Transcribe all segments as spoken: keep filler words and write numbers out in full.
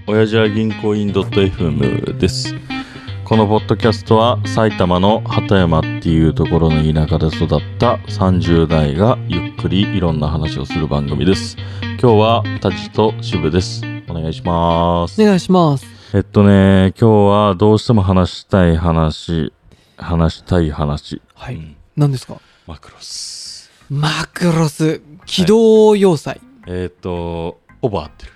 親父は銀行員 .fm です。このポッドキャストは埼玉の鳩山っていうところの田舎で育ったさんじゅう代がゆっくりいろんな話をする番組です。今日はタジと渋です。お願いします。 お願いします。 えっとね今日はどうしても話したい話話したい話はい、うん、何ですか？ マクロスマクロス機動要塞、はい、 えー、っとほぼ合ってる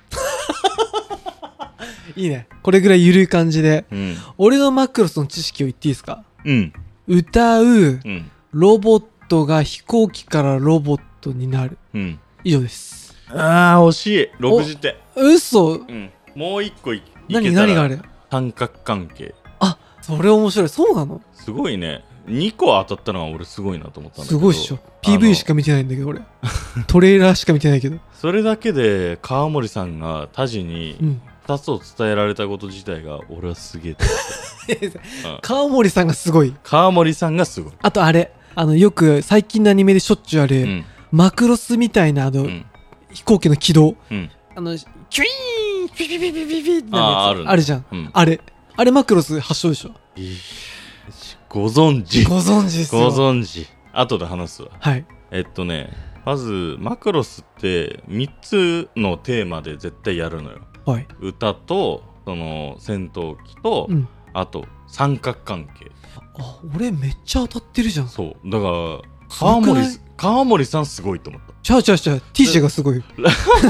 いいね。これぐらいゆるい感じで、 うん、 俺のマクロスの知識を言っていいですか？ うん。 歌う、うん、ロボットが飛行機からロボットになる、うん、以上です。 あー惜しい。ろくじてん。 嘘、 うん、もう一個いいけたら何何がある？ 三角関係。 あ、それ面白い。そうなの？ すごいね。にこ当たったのは俺すごいなと思ったんだけど。 すごいっしょ。 ピーブイ しか見てないんだけど俺トレーラーしか見てないけどそれだけで川森さんがタジに、うんふたつを伝えられたこと自体が俺はすげえと思った。 川森さんがすごい。 川森さんがすごい。 あとあれあのよく最近のアニメでしょっちゅうある、うん、マクロスみたいなあの、うん、飛行機の軌道、うん、あのキュイーンピピピピピピってあるあるじゃん、うん、あれあれマクロス発祥でしょ。 ご存知ご存知ですよ。 ご存知。後で話すわ。 はいえっとねまずマクロスってみっつのテーマで絶対やるのよ。 はい、 歌とその戦闘機と、うん、あと三角関係。 あ、俺めっちゃ当たってるじゃん。 そうだから川森川森さんすごいと思った。 ちゃうちゃうちゃう ティージェー がすごい。 ティ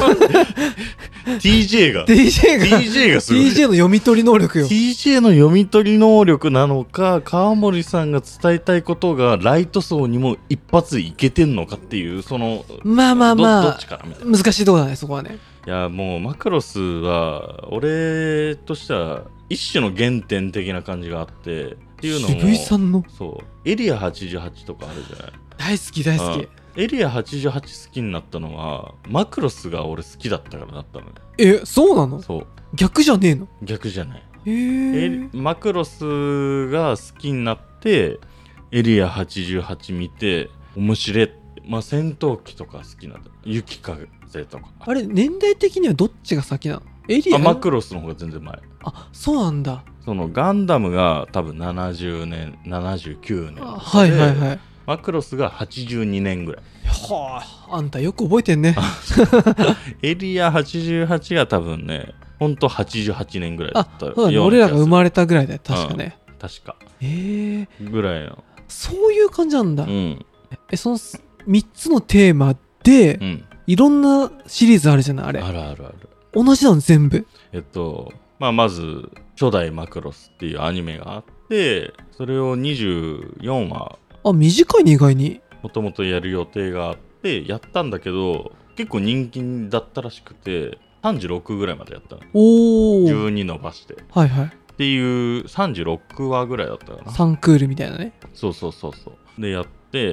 ージェー がティージェー がティージェー がすごい。 ティージェー の読み取り能力よ。 ティージェー の読み取り能力なのか川森さんが伝えたいことがライト層にも一発いけてんのかっていうそのまあまあまあど, どっちかなみたいな難しいところだねそこはね。 いやもうマクロスは俺としては一種の原点的な感じがあってっていうのも渋井さんのそうエリアはちじゅうはちとかあるじゃない。 大好き大好き。 エリアはちじゅうはち好きになったのはマクロスが俺好きだったからだったのよ。 えそうなの？ そう逆じゃねえの？ 逆じゃない。 へー。 えマクロスが好きになってエリアはちじゅうはち見て面白いって、まあ、戦闘機とか好きなんだ。雪風とか。 あれ年代的にはどっちが先なの？エリア？ あマクロスの方が全然前。 あそうなんだ。 そのガンダムが多分ななじゅうねんななじゅうきゅうねん。 はいはいはい。 マクロスがはちじゅうにねんぐらい。 はあ、あんたよく覚えてんね。 エリアはちじゅうはちが多分ねほんとはちじゅうはちねんぐらいだったよ。 あそうだね。俺らが生まれたぐらいだよ確かね、 うん、確かえー、 ぐらいのそういう感じなんだ、 うん、 えそのみっつのテーマで、うん、いろんなシリーズあるじゃないあれ。 あるあるある。 同じなの全部？ えっとまあまず初代マクロスっていうアニメがあってそれをにじゅうよんわあ短いね意外に。 もともとやる予定があってやったんだけど結構人気だったらしくてさんじゅうろくぐらいまでやったの。 おーじゅうに伸ばしてはいはいっていうさんじゅうろくわぐらいだったかな。 さんクールみたいなね。 そうそうそうそうでやって、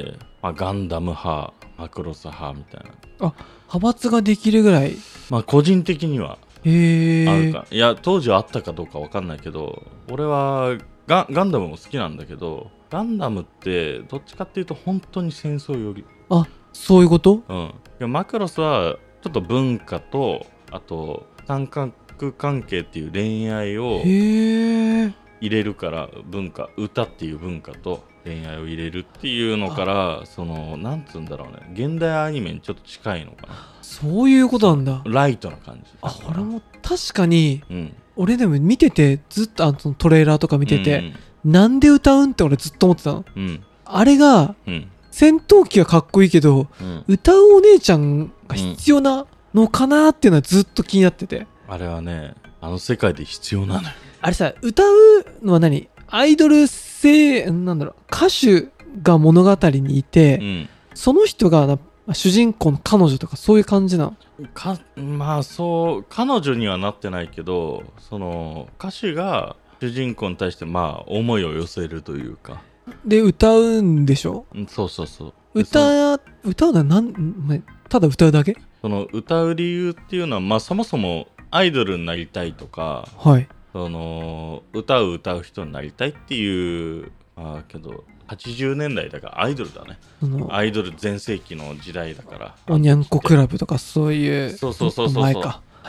まあ、ガンダム派マクロス派みたいな。 あ派閥ができるぐらい。 まあ個人的にはあるか。いや当時はあったかどうか分かんないけど俺は ガ, ガンダムも好きなんだけどガンダムってどっちかっていうと本当に戦争より。 あそういうこと？ うん。いやマクロスはちょっと文化とあと三角関係っていう恋愛を入れるから文化歌っていう文化と恋愛を入れるっていうのからそのなんつうんだろうね現代アニメにちょっと近いのかな。 そういうことなんだ。 ライトな感じ。 あ俺も確かに、うん、俺でも見ててずっとあのトレーラーとか見てて、うん、なんで歌うんって俺ずっと思ってたの、うん、あれが、うん、戦闘機はかっこいいけど、うん、歌うお姉ちゃんが必要なのかなっていうのはずっと気になってて、 うん、あれはねあの世界で必要なのよ。 あれさ歌うのは何アイドル性なんだろう歌手が物語にいて、うん、その人が主人公の彼女とかそういう感じなのか。まあそう彼女にはなってないけどその歌手が主人公に対してまあ思いを寄せるというかで歌うんでしょ。 そうそうそう。 歌歌うのはなんただ歌うだけ。 その歌う理由っていうのはまあそもそもアイドルになりたいとか、 はい、 その歌う歌う人になりたいっていうあけどはちじゅうねんだいだからアイドルだね。アイドル全盛期の時代だからおにゃんこクラブとかそういうそうそうそうそう前か。はいはい。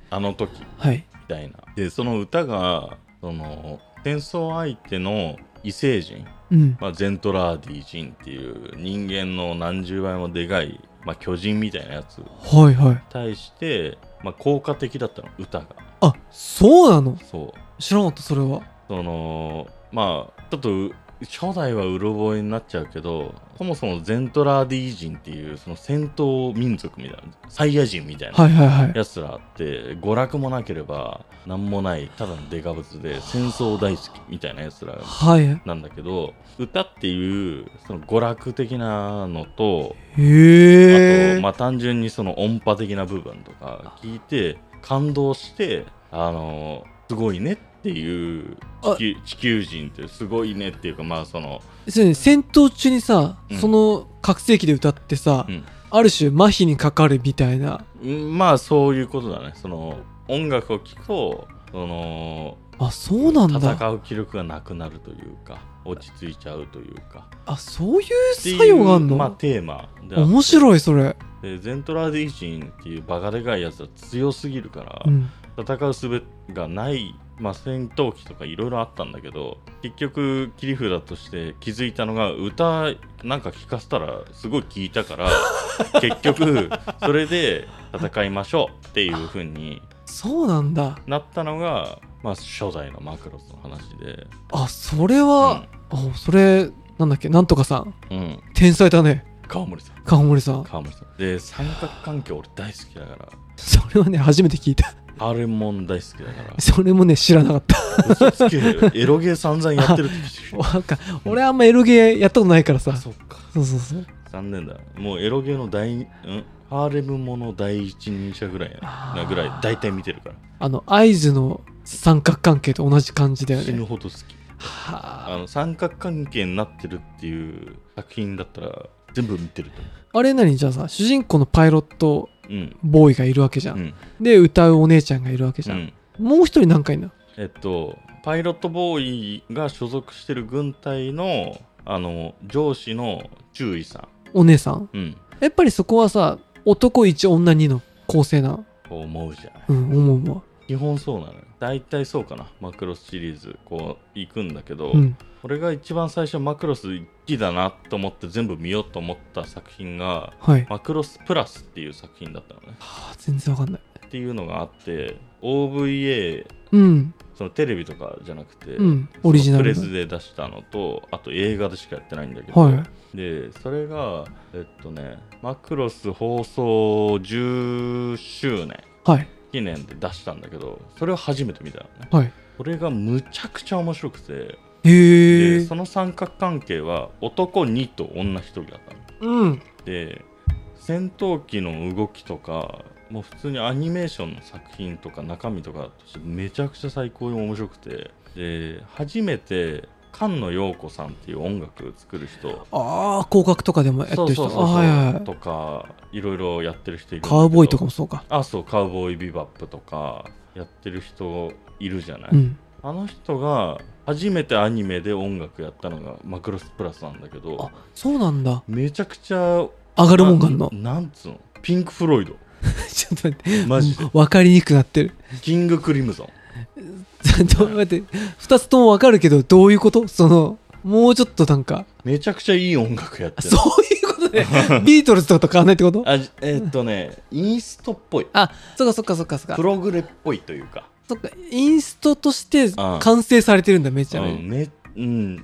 あの時、 はい、 みたいな。でその歌がその戦争相手の異星人、うんまあ、ゼントラーディ人っていう人間の何十倍もでかい、まあ、巨人みたいなやつに対して、はいはいまあ、効果的だったの歌が。 あ、そうなの。 そう知らなかった。それはそのまあちょっと初代はうろ覚えになっちゃうけど、そもそもゼントラーディ人っていうその戦闘民族みたいなサイヤ人みたいなやつらあって、はいはいはい、娯楽もなければ何もないただのデカブツで戦争大好きみたいなやつらなんだけど、はい、歌っていうその娯楽的なのと、へあとまあ単純にその音波的な部分とか聞いて感動して、あのすごいねっていう地 球, 地球人ってすごいねっていうか、まあそのそれ、ね、戦闘中にさ、うん、その拡声器で歌ってさ、うん、ある種麻痺にかかるみたいな、 うん、まあそういうことだね。その音楽を聴くとそのあそうなんだ、 戦う気力がなくなるというか落ち着いちゃうというか、 あそういう作用があるの。 まあテーマで面白いそれでゼントラーディ人っていうバカでかいやつは強すぎるから、うん、戦う術がない、まあ、戦闘機とかいろいろあったんだけど、結局切り札として気づいたのが歌なんか聴かせたらすごい聴いたから結局それで戦いましょうっていう風にそうなんだなったのが、まあ、初代のマクロスの話で。 あそれは、うん、あそれなんだっけなんとかさん、うん、天才だね。 川森さん川森さん川森さんで三角関係俺大好きだから。 それはね初めて聞いた。 あれもん大好きだから。 それもね知らなかった。 嘘つけエロゲー散々やってるってわか俺あんまエロゲーやったことないからさ。 そっかそうそうそう残念だ。もうエロゲーの大んハーレムもの第一人者ぐらいなぐらい大体見てるから。 あの合図の三角関係と同じ感じだよね。 死ぬほど好き。はあの三角関係になってるっていう作品だったら全部見てると思う。 あれ何じゃあさ主人公のパイロットボーイがいるわけじゃん、うん、で歌うお姉ちゃんがいるわけじゃん、うん、もう一人何かいんの。 えっとパイロットボーイが所属してる軍隊のあの上司の中尉さんお姉さん、うん、やっぱりそこはさ男いち女にの構成な思うじゃない。 うん思うわ。 基本そうなのよ。大体そうかな。マクロスシリーズこう行くんだけど、うん、俺が一番最初マクロス好きだなと思って全部見ようと思った作品が、はい、マクロスプラスっていう作品だったのね。 はあ、全然わかんないっていうのがあって、 オーブイエー、うん、そのテレビとかじゃなくて、うん、 オリジナルプレスで出したのと、あと映画でしかやってないんだけど、はい、でそれがえっとねマクロス放送じゅっしゅうねん、はい、記念で出したんだけど、それを初めて見たのね、はい、それがむちゃくちゃ面白くて、へでその三角関係は男にと女ひとりだったの、うん、で戦闘機の動きとかもう普通にアニメーションの作品とか中身とかとしてめちゃくちゃ最高に面白くて、で初めて菅野陽子さんっていう音楽作る人、 ああ広角とかでもやってる人、 そうそうそうそう、はいはい、とかいろいろやってる人いるんだけど、 カウボーイとかもそうか、 あそうカウボーイビバップとかやってる人いるじゃない、うん、あの人が初めてアニメで音楽やったのがマクロスプラスなんだけど、 あそうなんだ、 めちゃくちゃ上がるもんがあんの。 なんつうのピンク・フロイドちょっと待ってマジで分かりにくくなってる。 キング・クリムゾンちょっと待ってふたつとも分かるけどどういうこと？そのもうちょっとなんかめちゃくちゃいい音楽やってる。 そういうことでビートルズとかと変わんないってこと？ あえー、っとねインストっぽい、 あそっかそっかそっかそっかプログレっぽいというか、 そっかインストとして完成されてるんだ、めちゃめちゃ、 うんめうん、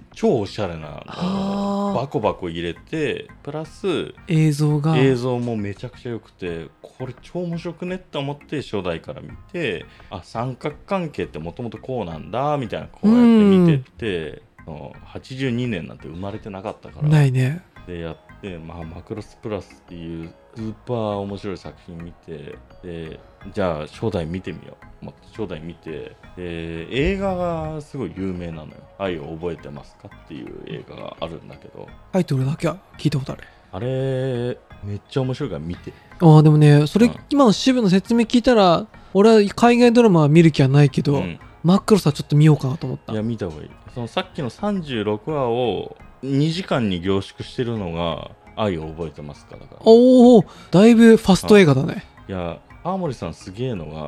超おしゃれなバコバコ入れてプラス映像が映像もめちゃくちゃ良くて、これ超面白くねって思って初代から見て、あ三角関係ってもともとこうなんだみたいなこうやって見てってはちじゅうにねんなんて生まれてなかったからないねでやって、まあ、マクロスプラスっていうスーパー面白い作品見て、でじゃあ初代見てみよう、まあ、初代見て、で映画がすごい有名なのよ。愛を覚えてますかっていう映画があるんだけど、 タイトルだけは聞いたことある。 あれめっちゃ面白いから見て。 ああでもねそれ、うん、今の渋の説明聞いたら俺は海外ドラマは見る気はないけど、うん、マクロスはちょっと見ようかなと思った。 いや見た方がいい。そのさっきのさんじゅうろくわをにじかんに凝縮してるのが愛を覚えてますかだから。 おおだいぶファスト映画だね。 いや青森さんすげえのが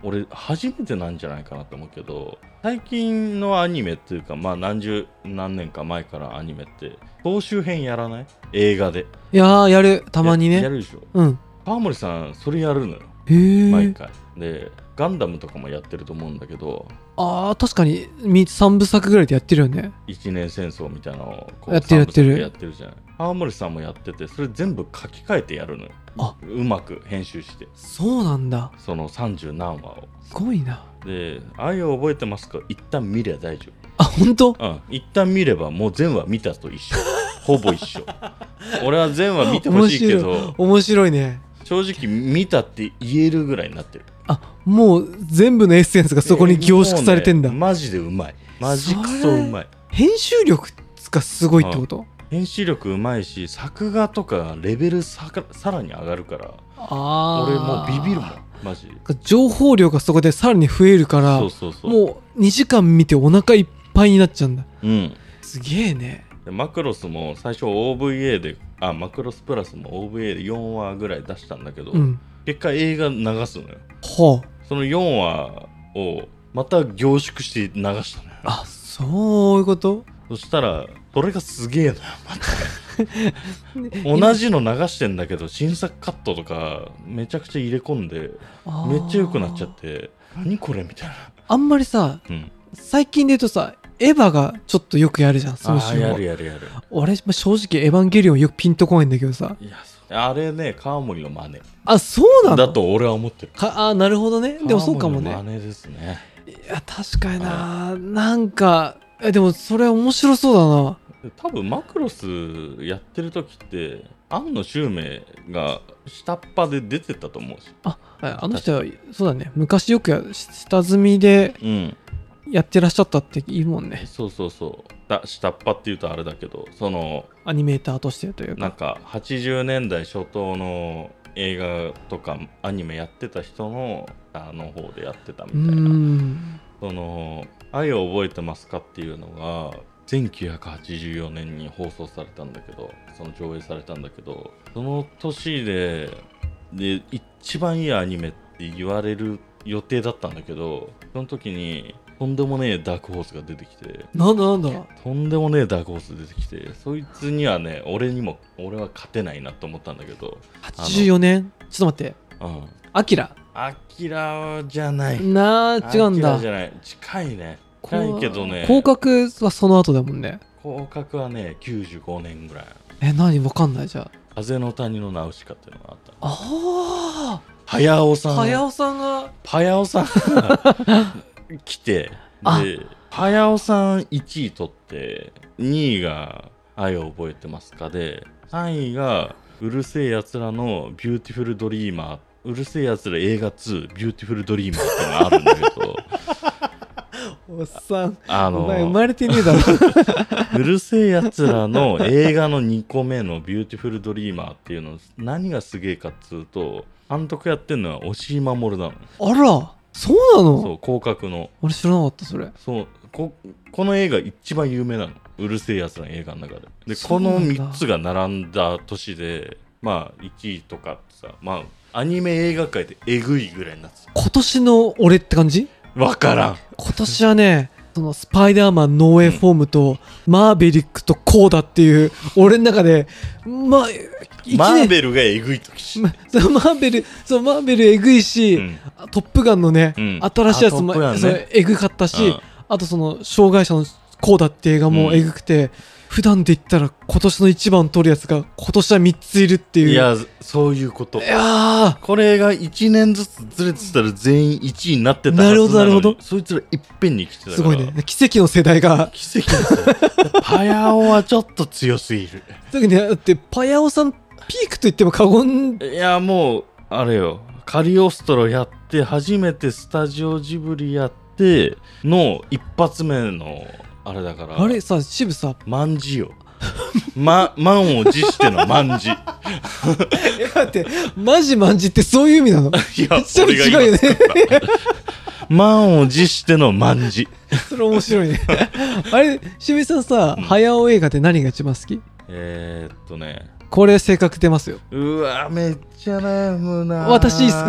俺初めてなんじゃないかなと思うけど、最近のアニメっていうか、まあ何十何年か前からアニメって総集編やらない？映画で。 いやーやる、たまにね。 や, やるでしょ。 うん。 川森さんそれやるのよ。 へー。 毎回でガンダムとかもやってると思うんだけど、 ああ確かにさんぶさくぐらいでやってるよね。 一年戦争みたいなのをこうやってるやってるやってるじゃない。川森さんもやってて、それ全部書き換えてやるのよ。 あ、 うまく編集して。 そうなんだ。 そのさんじゅう何話を。 すごいな。 で、愛を覚えてますか？一旦見りゃ大丈夫。 あ、本当？ うん、一旦見ればもう全話見たと一緒。ほぼ一緒。俺は全話見てほしいけど、 面白いね。 正直見たって言えるぐらいになってる。 あ、もう全部のエッセンスがそこに凝縮されてんだ。 ね、マジでうまい。マジクソうまい。 編集力がすごいってこと？ 編集力うまいし、作画とかレベルささらに上がるから、 あ俺もうビビるもんマジ。 情報量がそこでさらに増えるから、 そうそうそう、 もうにじかん見てお腹いっぱいになっちゃうんだ。 うん、 すげえね。 でマクロスも最初 オーブイエー で、あマクロスプラスも オーブイエー でよんわぐらい出したんだけど、うん、結果映画流すのよ。 はあ、 そのよんわをまた凝縮して流したのよ。 あ、そういうこと？ そしたらそれがすげえのよまた同じの流してんだけど新作カットとかめちゃくちゃ入れ込んでめっちゃ良くなっちゃって、何これみたいな。 あんまりさ、うん、最近で言うとさエヴァがちょっとよくやるじゃん。そのあやるやるやる。 俺正直エヴァンゲリオンよくピンとこないんだけどさ。 いやあれね川森の真似。 あ、そうなんだだと俺は思ってる。 かあ、なるほどね。でもそうかもね。 川森の真似ですね。 いや確かにな。なんかえでもそれ面白そうだな。 多分マクロスやってる時って庵野秀明が下っ端で出てたと思うし。 あ、あの人はそうだね。昔よくや下積みでやってらっしゃったって言うもんね。 うん、そうそうそう。だ下っ端って言うとあれだけど、そのアニメーターとしてというかなんかはちじゅうねんだい初頭の映画とかアニメやってた人のあの方でやってたみたいな。その愛を覚えてますかっていうのがせんきゅうひゃくはちじゅうよねんに放送されたんだけど、その上映されたんだけど、その年でで一番いいアニメって言われる予定だったんだけど、その時にとんでもねえダークホースが出てきて。 なんだなんだ。 とんでもねえダークホース出てきて、そいつにはね俺にも俺は勝てないなと思ったんだけど。 はちじゅうよねんちょっと待って。うん。アキラ。 アキラじゃないなあ、違うんだ。 アキラじゃない。近いね。近いけどね。 広角はその後だもんね。 広角はねきゅうじゅうごねんぐらい。 え、何わかんないじゃあ。 風の谷のナウシカっていうのがあった。 ああ。 早尾さん。 早尾さんが。 早尾さんが来て、で早尾さんいちい取ってにいが愛を覚えてますかで、さんいがうるせえやつらのビューティフルドリーマー、うるせえやつら映画ツービューティフルドリーマーってのがあるんだけどおっさん、 あのお前生まれてねえだろうるせえやつらの映画のにこめのビューティフルドリーマーっていうの何がすげえかっつうと、監督やってんのは押井守なの。 あら、そうなの？ そう、広角の。 俺知らなかったそれ。 そう、ここの映画一番有名なの、うるせえやつらの映画の中で。でこのみっつが並んだ年でまあいちいとかってさ、まあアニメ映画界でえぐいぐらいになってた。 今年の俺って感じ？ わからん。 今年はね、そのスパイダーマンノーウェイフォームと、うん、マーベリックとコーダっていう俺の中でまあマーベルがえぐい時し、 ま、そうマーベルそうマーベルえぐいし、うん、トップガンのね、うん、新しいやつも、ね、そうえぐかったし、うん、あとその障害者のコーダって映画もえぐくて、うん、普段で言ったら今年の一番取るやつが今年はみっついるっていう。 いやそういうこと。いやこれがいちねんずつずれてたら全員いちいになってたはずなのに。なるほどなるほど。そいつらいっぺんに来てたから。 すごいね、奇跡の世代が。 奇跡の世代パヤオはちょっと強すぎる。 特にだってパヤオさんピークと言っても過言。 いやもうあれよ、カリオストロやって初めてスタジオジブリやっての一発目のあれだから。 あれさ渋さ万事よま、満を持しての万事。 え待ってマジ万事ってそういう意味なの？いやちょっと違うよね満を持しての万事。 それ面白いねあれ渋さんさ、うん、早尾映画で何が一番好き？ えー、っとねこれ性格出ますよ。 うわめっちゃ悩むな。 私いいっすか？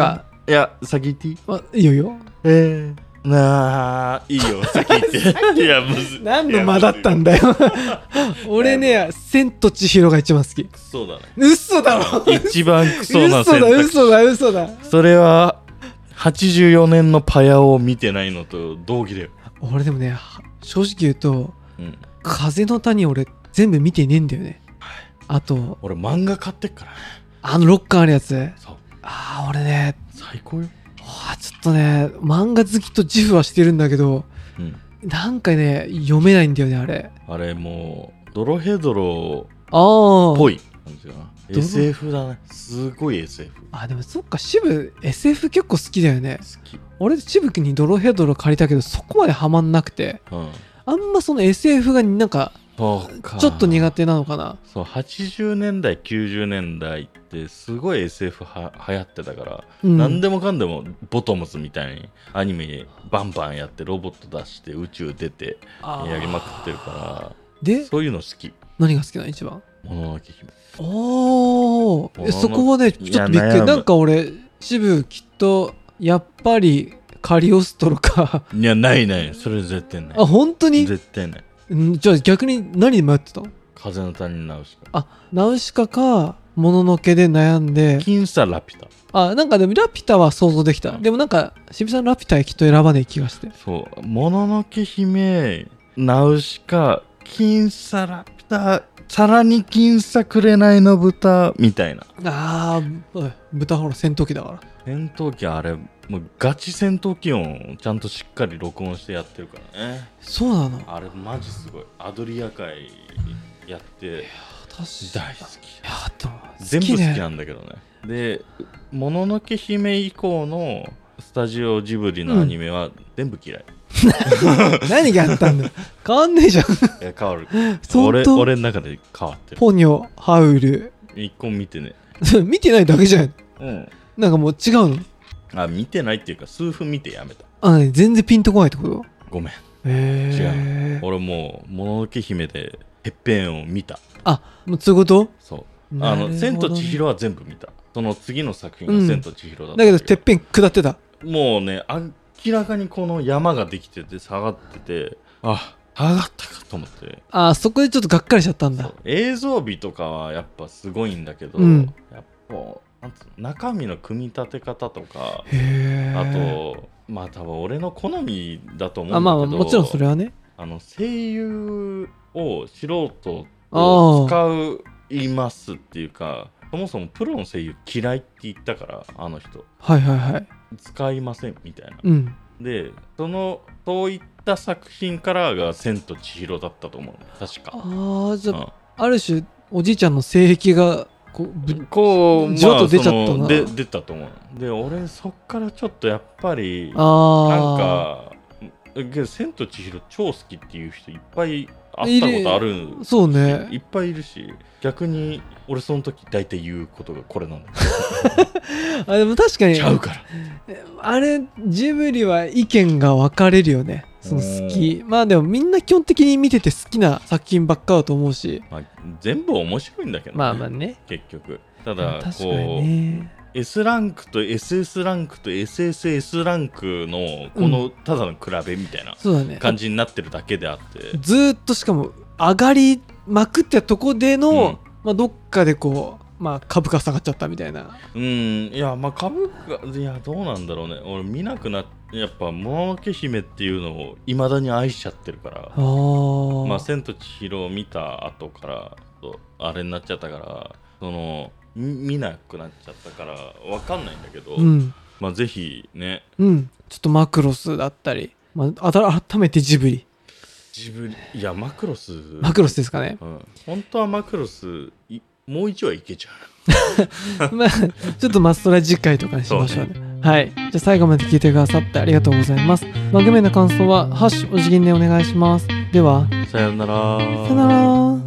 いや先言っていい？ あ、いいよいいよ。 えー、なあいいよ先言っていやむず何の間だったんだよ俺ね千と千尋が一番好き。 クソだね。 嘘だろ一番クソな選択肢。 嘘だ嘘だ嘘だ。 それははちじゅうよねんのパヤオを見てないのと同義だよ。 俺でもね正直言うと、 うん、 風の谷俺全部見てねえんだよね。あと俺漫画買ってっからね。 あのロッカーあるやつ。 そう。 ああ俺ね最高よ。 あちょっとね漫画好きと自負はしてるんだけど、うん、なんかね読めないんだよねあれ。 あれもうドロヘドロっぽい感じかな。エスエフ だね。すごい エスエフ。 あでもそっか渋 エスエフ 結構好きだよね。 好き。 俺渋くにドロヘドロ借りたけどそこまでハマんなくて、うん、あんまその エスエフ がなんかちょっと苦手なのかな。 そうはちじゅうねんだいきゅうじゅうねんだいってすごい エスエフ は流行ってたから、うん、何でもかんでもボトムズみたいにアニメバンバンやってロボット出して宇宙出てやりまくってるからでそういうの好き。 何が好きなの一番？ もののけ姫。 おーそこはねちょっとびっくり。なんか俺渋きっとやっぱりカリオストロかいやないないそれ絶対ない。 あ本当に？ 絶対ない。 んじゃあ逆に何で迷ってたの？ 風の谷ナウシカ。 あナウシカかもののけで悩んで。 僅差ラピュタ。 あなんかでもラピュタは想像できた。でもなんか渋さんラピュタはきっと選ばない気がして。 そうもののけ姫ナウシカ僅差ラピュタさらに僅差紅の豚みたいな。 あー豚ほら戦闘機だから。 戦闘機あれもうガチ戦闘機音をちゃんとしっかり録音してやってるからね。 そうなの？ あれマジすごい。アドリア会やって大好き。いやでも全部好きなんだけどね。でもののけ姫以降のスタジオジブリのアニメは全部嫌い、 うん、何があったんだ変わんねえじゃん。いや変わる俺, 俺の中で変わってる。 ポニョハウル一個見てね見てないだけじゃん。 うん、 なんかもう違うの？ あ見てないっていうか数分見てやめた。 あ全然ピンとこないってこと？ ごめん、 えー、 違う。俺もうもののけ姫でてっぺんを見た。 あもうそういうこと？ そうあの千と千尋は全部見た。その次の作品が千と千尋だった、うん、 だけどてっぺん下ってた。 もうね明らかにこの山ができてて下がっててあ上がったかと思って。 あそこでちょっとがっかりしちゃったんだ。 映像美とかはやっぱすごいんだけど、うん、やっぱなんつ中身の組み立て方とかあとまあ多分俺の好みだと思うんだけど。あまあもちろんそれはねあの声優を素人を使いますっていうかそもそもプロの声優嫌いって言ったからあの人はいはいはい使いませんみたいな、 うん、 でそのそういった作品からが千と千尋だったと思う確か。 ああじゃあ、うん、ある種おじいちゃんの性癖がこうこうじわっと出ちゃったな。 で出たと思う。で俺そっからちょっとやっぱりあなんか千と千尋超好きっていう人いっぱい会ったことある。 そうねいっぱいいるし逆に俺その時大体言うことがこれなんだあでも確かにちゃうからあれジブリは意見が分かれるよね。その好きまあでもみんな基本的に見てて好きな作品ばっかだと思うし、 まあ、全部面白いんだけどね。 まあまあね結局ただ確かこう、 ね、 S ランクと エスエス ランクと エスエスエス ランクのこのただの比べみたいな感じになってるだけであって、 うんね、ずーっとしかも上がりまくってとこでの、うんまあ、どっかでこうまあ、株価下がっちゃったみたいな。 うんいやまあ株価いやどうなんだろうね。俺見なくなってやっぱもののけ姫っていうのをいまだに愛しちゃってるからあまあ千と千尋を見た後からあれになっちゃったからその見なくなっちゃったから分かんないんだけど、うん、まあぜひねうんちょっとマクロスだったり、まあ、改めてジブリジブリいやマクロスマクロスですかね、 うん、本当はマクロスもう一話いけちゃうまあちょっとマストラ次回とかにしましょうね。はいじゃあ最後まで聞いてくださってありがとうございます。番組の感想はハッシュお辞儀でお願いします。ではさよならさよなら。